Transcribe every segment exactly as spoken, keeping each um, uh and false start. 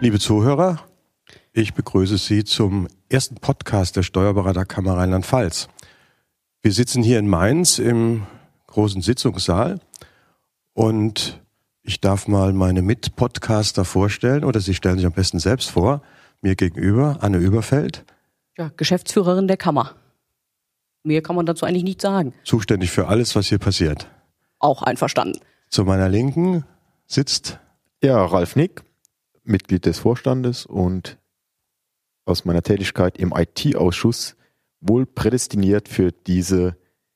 Liebe Zuhörer, ich begrüße Sie zum ersten Podcast der Steuerberaterkammer Rheinland-Pfalz. Wir sitzen hier in Mainz im großen Sitzungssaal und ich darf mal meine Mitpodcaster vorstellen, oder Sie stellen sich am besten selbst vor. Mir gegenüber Anne Überfeld. Ja, Geschäftsführerin der Kammer. Mehr kann man dazu eigentlich nicht sagen. Zuständig für alles, was hier passiert. Auch einverstanden. Zu meiner Linken sitzt... Ja, Ralf Nick, Mitglied des Vorstandes und aus meiner Tätigkeit im I T-Ausschuss wohl prädestiniert für diese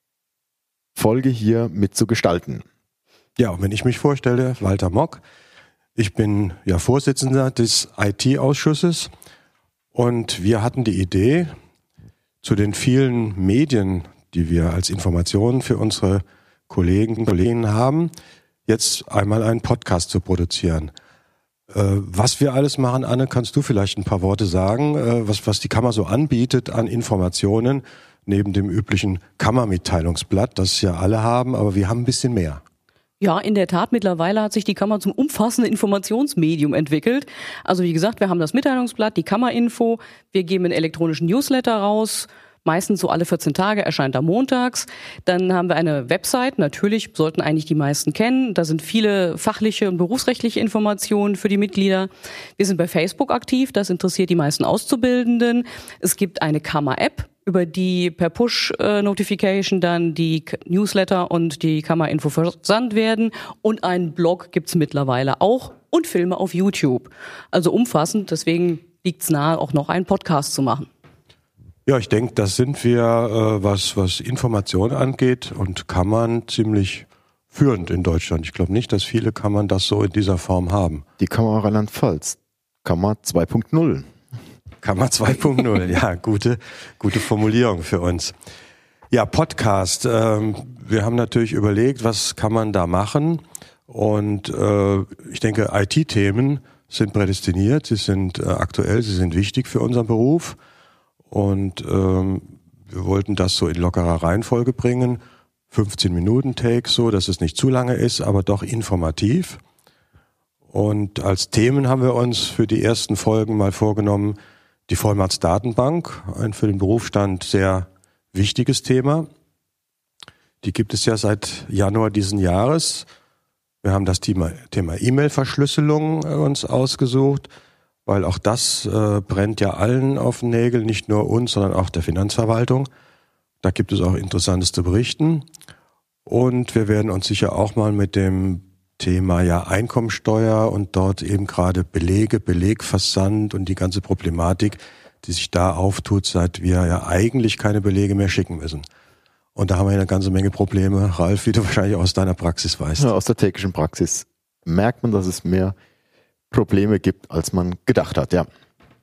Folge hier mitzugestalten. Ja, und wenn ich mich vorstelle, Walter Mock. Ich bin ja Vorsitzender des I T-Ausschusses und wir hatten die Idee, zu den vielen Medien, die wir als Informationen für unsere Kollegen und Kolleginnen haben, jetzt einmal einen Podcast zu produzieren. Äh, was wir alles machen, Anne, kannst du vielleicht ein paar Worte sagen, äh, was, was die Kammer so anbietet an Informationen, neben dem üblichen Kammermitteilungsblatt, das ja alle haben, aber wir haben ein bisschen mehr. Ja, in der Tat, mittlerweile hat sich die Kammer zum umfassenden Informationsmedium entwickelt. Also wie gesagt, wir haben das Mitteilungsblatt, die Kammerinfo, wir geben einen elektronischen Newsletter raus, meistens so alle vierzehn Tage, erscheint er montags. Dann haben wir eine Website, natürlich sollten eigentlich die meisten kennen. Da sind viele fachliche und berufsrechtliche Informationen für die Mitglieder. Wir sind bei Facebook aktiv, das interessiert die meisten Auszubildenden. Es gibt eine Kammer-App, über die per Push-Notification dann die Newsletter und die Kammerinfo versandt werden. Und einen Blog gibt's mittlerweile auch und Filme auf YouTube. Also umfassend, deswegen liegt's nahe, auch noch einen Podcast zu machen. Ja, ich denke, das sind wir, äh, was, was Information angeht und Kammern ziemlich führend in Deutschland. Ich glaube nicht, dass viele Kammern das so in dieser Form haben. Die Kammer Rheinland-Pfalz, Kammer zwei Punkt null. Kammer zwei Punkt null, ja, gute, gute Formulierung für uns. Ja, Podcast. Ähm, wir haben natürlich überlegt, was kann man da machen? Und äh, ich denke, I T-Themen sind prädestiniert, sie sind äh, aktuell, sie sind wichtig für unseren Beruf. Und ähm, wir wollten das so in lockerer Reihenfolge bringen. fünfzehn Minuten Take, so, dass es nicht zu lange ist, aber doch informativ. Und als Themen haben wir uns für die ersten Folgen mal vorgenommen, die Vollmachtsdatenbank, ein für den Berufsstand sehr wichtiges Thema. Die gibt es ja seit Januar diesen Jahres. Wir haben das Thema, Thema E-Mail-Verschlüsselung uns ausgesucht, weil auch das äh, brennt ja allen auf den Nägeln, nicht nur uns, sondern auch der Finanzverwaltung. Da gibt es auch Interessantes zu berichten. Und wir werden uns sicher auch mal mit dem Thema ja Einkommensteuer und dort eben gerade Belege, Belegversand und die ganze Problematik, die sich da auftut, seit wir ja eigentlich keine Belege mehr schicken müssen. Und da haben wir eine ganze Menge Probleme, Ralf, wie du wahrscheinlich aus deiner Praxis weißt. Ja, aus der täglichen Praxis merkt man, dass es mehr Probleme gibt, als man gedacht hat, ja.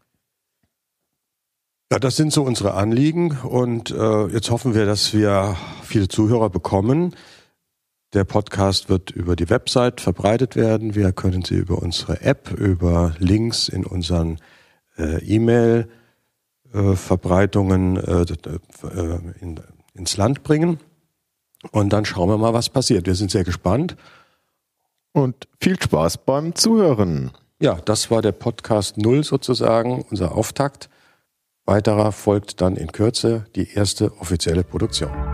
Ja, das sind so unsere Anliegen und äh, jetzt hoffen wir, dass wir viele Zuhörer bekommen. Der Podcast wird über die Website verbreitet werden. Wir können sie über unsere App, über Links in unseren äh, E-Mail-Verbreitungen äh, äh, in, ins Land bringen. Und dann schauen wir mal, was passiert. Wir sind sehr gespannt. Und viel Spaß beim Zuhören. Ja, das war der Podcast Null sozusagen, unser Auftakt. Weiterer folgt dann in Kürze die erste offizielle Produktion.